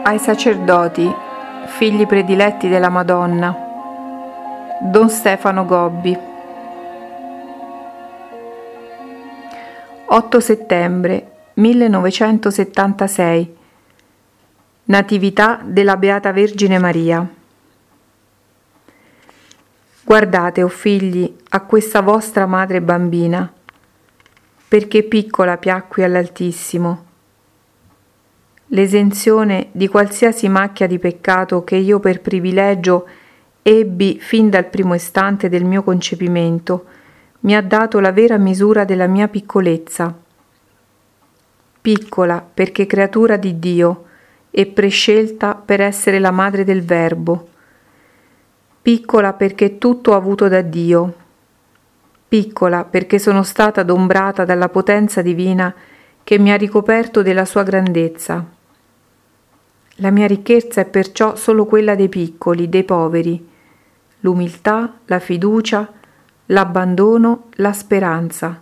Ai sacerdoti, figli prediletti della Madonna. Don Stefano Gobbi. 8 settembre 1976. Natività della Beata Vergine Maria. Guardate, o figli, a questa vostra madre bambina, perché piccola piacqui all'Altissimo. L'esenzione di qualsiasi macchia di peccato che io per privilegio ebbi fin dal primo istante del mio concepimento mi ha dato la vera misura della mia piccolezza. Piccola perché creatura di Dio e prescelta per essere la madre del Verbo. Piccola perché tutto ho avuto da Dio. Piccola perché sono stata adombrata dalla potenza divina che mi ha ricoperto della sua grandezza. La mia ricchezza è perciò solo quella dei piccoli, dei poveri, l'umiltà, la fiducia, l'abbandono, la speranza.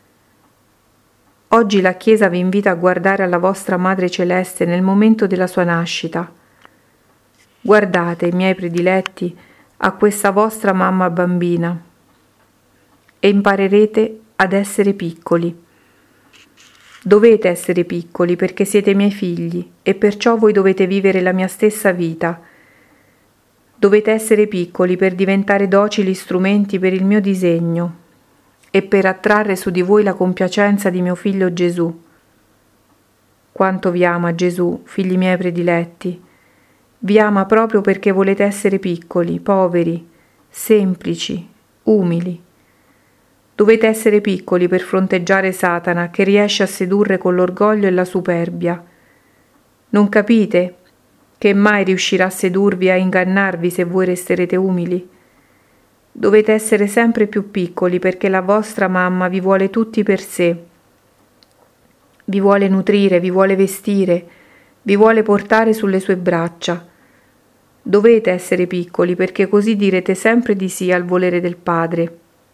Oggi la Chiesa vi invita a guardare alla vostra Madre Celeste nel momento della sua nascita. Guardate, miei prediletti, a questa vostra mamma bambina e imparerete ad essere piccoli. Dovete essere piccoli perché siete miei figli e perciò voi dovete vivere la mia stessa vita. Dovete essere piccoli per diventare docili strumenti per il mio disegno e per attrarre su di voi la compiacenza di mio figlio Gesù. Quanto vi ama Gesù, figli miei prediletti. Vi ama proprio perché volete essere piccoli, poveri, semplici, umili. Dovete essere piccoli per fronteggiare Satana che riesce a sedurre con l'orgoglio e la superbia. Non capite che mai riuscirà a sedurvi e a ingannarvi se voi resterete umili? Dovete essere sempre più piccoli perché la vostra mamma vi vuole tutti per sé. Vi vuole nutrire, vi vuole vestire, vi vuole portare sulle sue braccia. Dovete essere piccoli perché così direte sempre di sì al volere del Padre.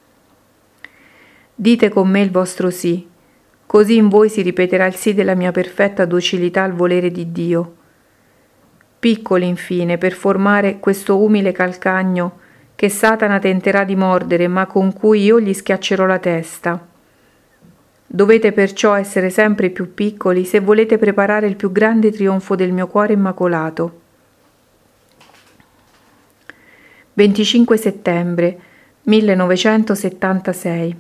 Dite con me il vostro sì, così in voi si ripeterà il sì della mia perfetta docilità al volere di Dio. Piccoli infine per formare questo umile calcagno che Satana tenterà di mordere ma con cui io gli schiaccerò la testa. Dovete perciò essere sempre più piccoli se volete preparare il più grande trionfo del mio cuore immacolato. 25 settembre 1976.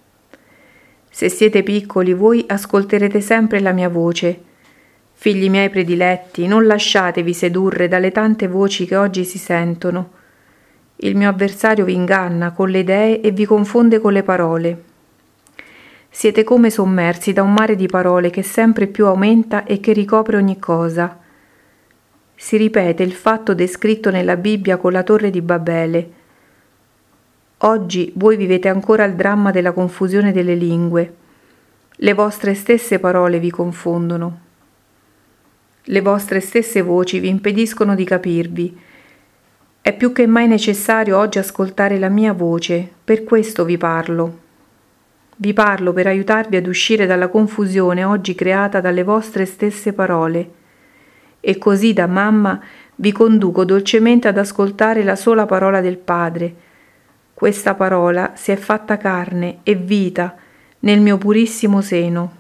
Se siete piccoli voi ascolterete sempre la mia voce. Figli miei prediletti, non lasciatevi sedurre dalle tante voci che oggi si sentono. Il mio avversario vi inganna con le idee e vi confonde con le parole. Siete come sommersi da un mare di parole che sempre più aumenta e che ricopre ogni cosa. Si ripete il fatto descritto nella Bibbia con la torre di Babele. Oggi voi vivete ancora il dramma della confusione delle lingue. Le vostre stesse parole vi confondono. Le vostre stesse voci vi impediscono di capirvi. È più che mai necessario oggi ascoltare la mia voce, per questo vi parlo. Vi parlo per aiutarvi ad uscire dalla confusione oggi creata dalle vostre stesse parole. E così da mamma vi conduco dolcemente ad ascoltare la sola parola del Padre. Questa parola si è fatta carne e vita nel mio purissimo seno.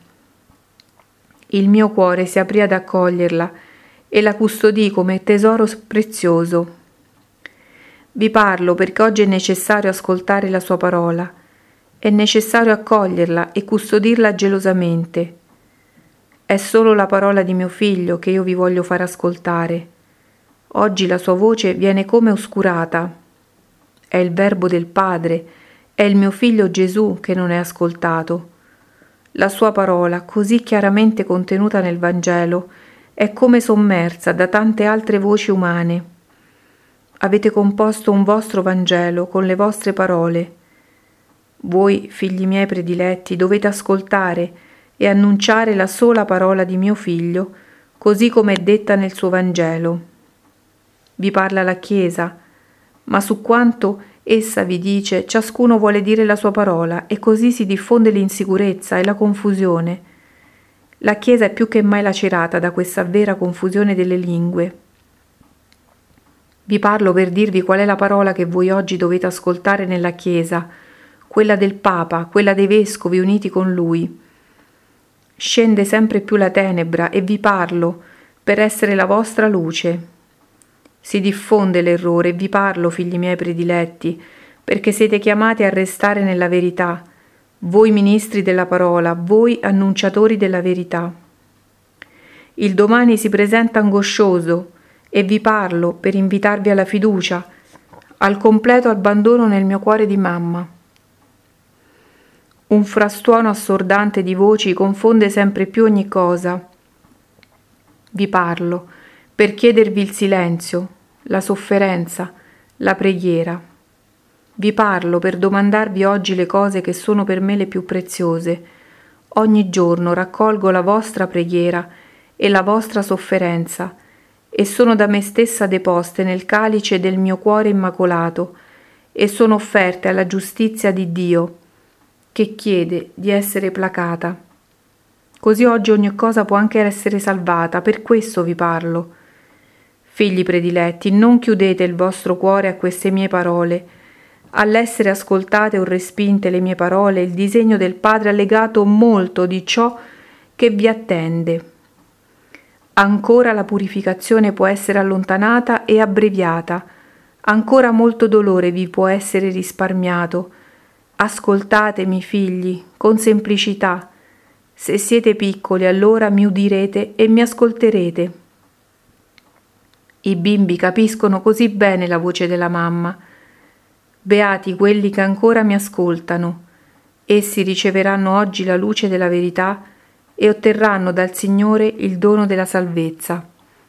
Il mio cuore si aprì ad accoglierla e la custodì come tesoro prezioso. Vi parlo perché oggi è necessario ascoltare la sua parola. È necessario accoglierla e custodirla gelosamente. È solo la parola di mio figlio che io vi voglio far ascoltare. Oggi la sua voce viene come oscurata. È il verbo del Padre, è il mio figlio Gesù che non è ascoltato. La sua parola, così chiaramente contenuta nel Vangelo, è come sommersa da tante altre voci umane. Avete composto un vostro Vangelo con le vostre parole. Voi, figli miei prediletti, dovete ascoltare e annunciare la sola parola di mio figlio, così come è detta nel suo Vangelo. Vi parla la Chiesa, ma su quanto essa vi dice, ciascuno vuole dire la sua parola e così si diffonde l'insicurezza e la confusione. La Chiesa è più che mai lacerata da questa vera confusione delle lingue. Vi parlo per dirvi qual è la parola che voi oggi dovete ascoltare nella Chiesa, quella del Papa, quella dei vescovi uniti con lui. Scende sempre più la tenebra e vi parlo per essere la vostra luce. Si diffonde l'errore e vi parlo, figli miei prediletti, perché siete chiamati a restare nella verità, voi ministri della parola, voi annunciatori della verità. Il domani si presenta angoscioso e vi parlo per invitarvi alla fiducia, al completo abbandono nel mio cuore di mamma. Un frastuono assordante di voci confonde sempre più ogni cosa. Vi parlo per chiedervi il silenzio, la sofferenza, la preghiera. Vi parlo per domandarvi oggi le cose che sono per me le più preziose. Ogni giorno raccolgo la vostra preghiera e la vostra sofferenza e sono da me stessa deposte nel calice del mio cuore immacolato e sono offerte alla giustizia di Dio, che chiede di essere placata. Così oggi ogni cosa può anche essere salvata, per questo vi parlo. Figli prediletti, non chiudete il vostro cuore a queste mie parole. All'essere ascoltate o respinte le mie parole, il disegno del Padre ha legato molto di ciò che vi attende. Ancora la purificazione può essere allontanata e abbreviata, ancora molto dolore vi può essere risparmiato. Ascoltatemi, figli, con semplicità. Se siete piccoli, allora mi udirete e mi ascolterete. I bimbi capiscono così bene la voce della mamma. Beati quelli che ancora mi ascoltano. Essi riceveranno oggi la luce della verità e otterranno dal Signore il dono della salvezza.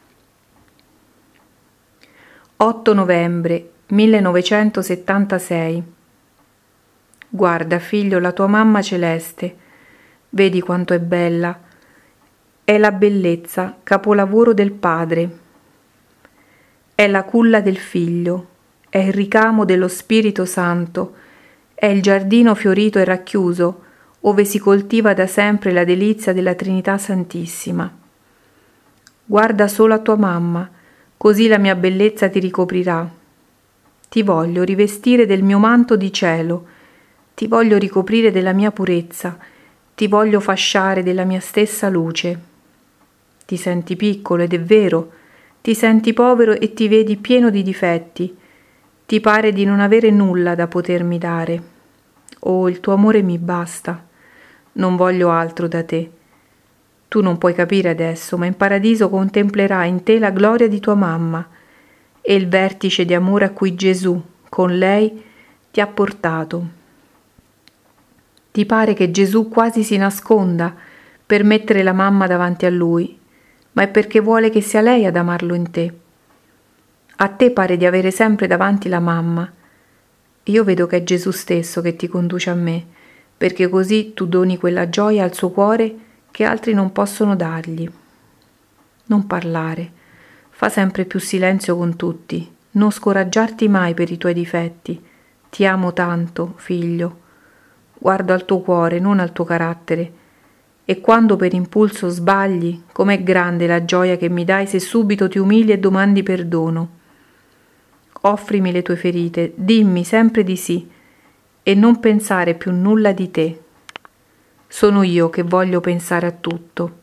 8 novembre 1976. Guarda, figlio, la tua mamma celeste. Vedi quanto è bella. È la bellezza, capolavoro del Padre. È la culla del Figlio, è il ricamo dello Spirito Santo, è il giardino fiorito e racchiuso, ove si coltiva da sempre la delizia della Trinità Santissima. Guarda solo a tua mamma, così la mia bellezza ti ricoprirà. Ti voglio rivestire del mio manto di cielo, ti voglio ricoprire della mia purezza, ti voglio fasciare della mia stessa luce. Ti senti piccolo ed è vero, ti senti povero e ti vedi pieno di difetti, ti pare di non avere nulla da potermi dare. Oh, il tuo amore mi basta, non voglio altro da te. Tu non puoi capire adesso, ma in paradiso contemplerai in te la gloria di tua mamma e il vertice di amore a cui Gesù, con lei, ti ha portato. Ti pare che Gesù quasi si nasconda per mettere la mamma davanti a lui, ma è perché vuole che sia lei ad amarlo in te. A te pare di avere sempre davanti la mamma. Io vedo che è Gesù stesso che ti conduce a me, perché così tu doni quella gioia al suo cuore che altri non possono dargli. Non parlare, fa sempre più silenzio con tutti, non scoraggiarti mai per i tuoi difetti. Ti amo tanto, figlio. Guardo al tuo cuore, non al tuo carattere. E quando per impulso sbagli, com'è grande la gioia che mi dai se subito ti umili e domandi perdono. Offrimi le tue ferite, dimmi sempre di sì e non pensare più nulla di te. Sono io che voglio pensare a tutto.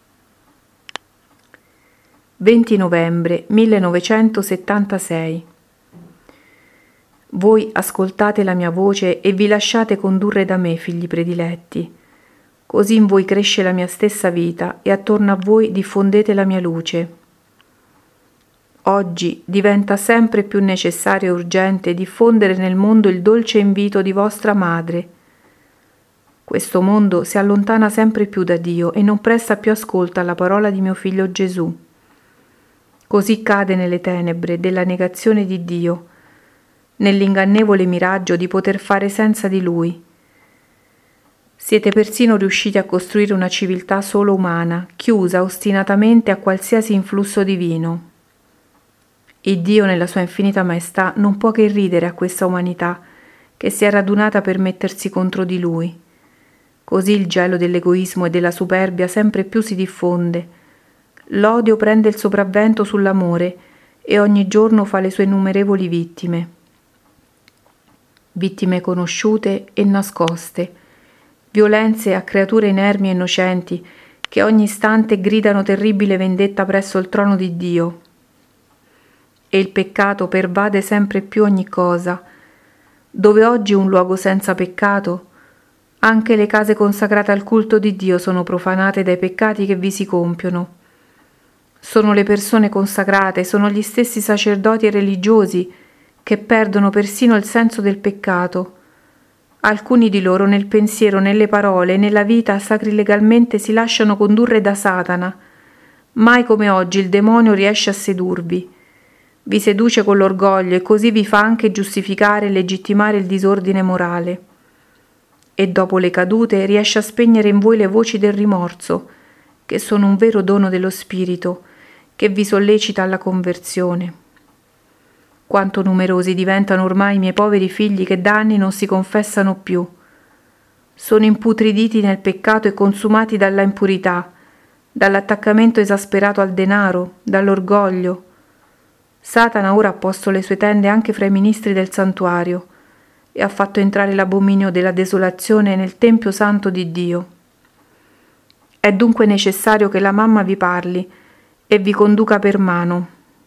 20 novembre 1976. Voi ascoltate la mia voce e vi lasciate condurre da me, figli prediletti. Così in voi cresce la mia stessa vita e attorno a voi diffondete la mia luce. Oggi diventa sempre più necessario e urgente diffondere nel mondo il dolce invito di vostra madre. Questo mondo si allontana sempre più da Dio e non presta più ascolto alla parola di mio figlio Gesù. Così cade nelle tenebre della negazione di Dio, nell'ingannevole miraggio di poter fare senza di Lui. Siete persino riusciti a costruire una civiltà solo umana, chiusa ostinatamente a qualsiasi influsso divino. Il Dio, nella sua infinita maestà, non può che ridere a questa umanità che si è radunata per mettersi contro di Lui. Così il gelo dell'egoismo e della superbia sempre più si diffonde. L'odio prende il sopravvento sull'amore e ogni giorno fa le sue innumerevoli vittime. Vittime conosciute e nascoste, violenze a creature inermi e innocenti che ogni istante gridano terribile vendetta presso il trono di Dio. E il peccato pervade sempre più ogni cosa. Dove oggi un luogo senza peccato, anche le case consacrate al culto di Dio sono profanate dai peccati che vi si compiono. Sono le persone consacrate, sono gli stessi sacerdoti e religiosi che perdono persino il senso del peccato. Alcuni di loro nel pensiero, nelle parole e nella vita sacrilegalmente si lasciano condurre da Satana. Mai come oggi il demonio riesce a sedurvi. Vi seduce con l'orgoglio e così vi fa anche giustificare e legittimare il disordine morale. E dopo le cadute riesce a spegnere in voi le voci del rimorso, che sono un vero dono dello Spirito, che vi sollecita alla conversione. Quanto numerosi diventano ormai i miei poveri figli che da anni non si confessano più. Sono imputriditi nel peccato e consumati dalla impurità, dall'attaccamento esasperato al denaro, dall'orgoglio. Satana ora ha posto le sue tende anche fra i ministri del santuario e ha fatto entrare l'abominio della desolazione nel Tempio Santo di Dio. È dunque necessario che la mamma vi parli e vi conduca per mano.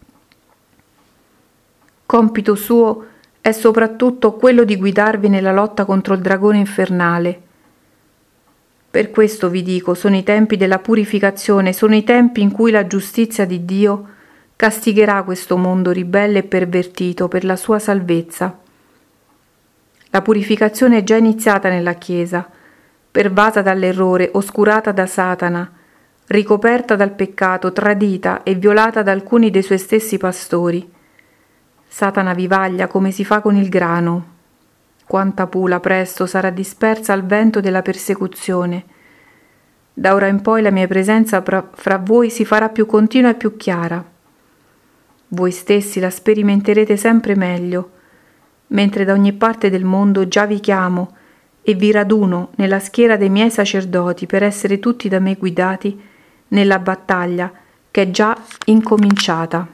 Compito suo è soprattutto quello di guidarvi nella lotta contro il dragone infernale. Per questo vi dico, sono i tempi della purificazione, sono i tempi in cui la giustizia di Dio castigherà questo mondo ribelle e pervertito per la sua salvezza. La purificazione è già iniziata nella Chiesa, pervasa dall'errore, oscurata da Satana, ricoperta dal peccato, tradita e violata da alcuni dei suoi stessi pastori. Satana vivaglia come si fa con il grano. Quanta pula presto sarà dispersa al vento della persecuzione. Da ora in poi la mia presenza fra voi si farà più continua e più chiara. Voi stessi la sperimenterete sempre meglio, mentre da ogni parte del mondo già vi chiamo e vi raduno nella schiera dei miei sacerdoti per essere tutti da me guidati nella battaglia che è già incominciata.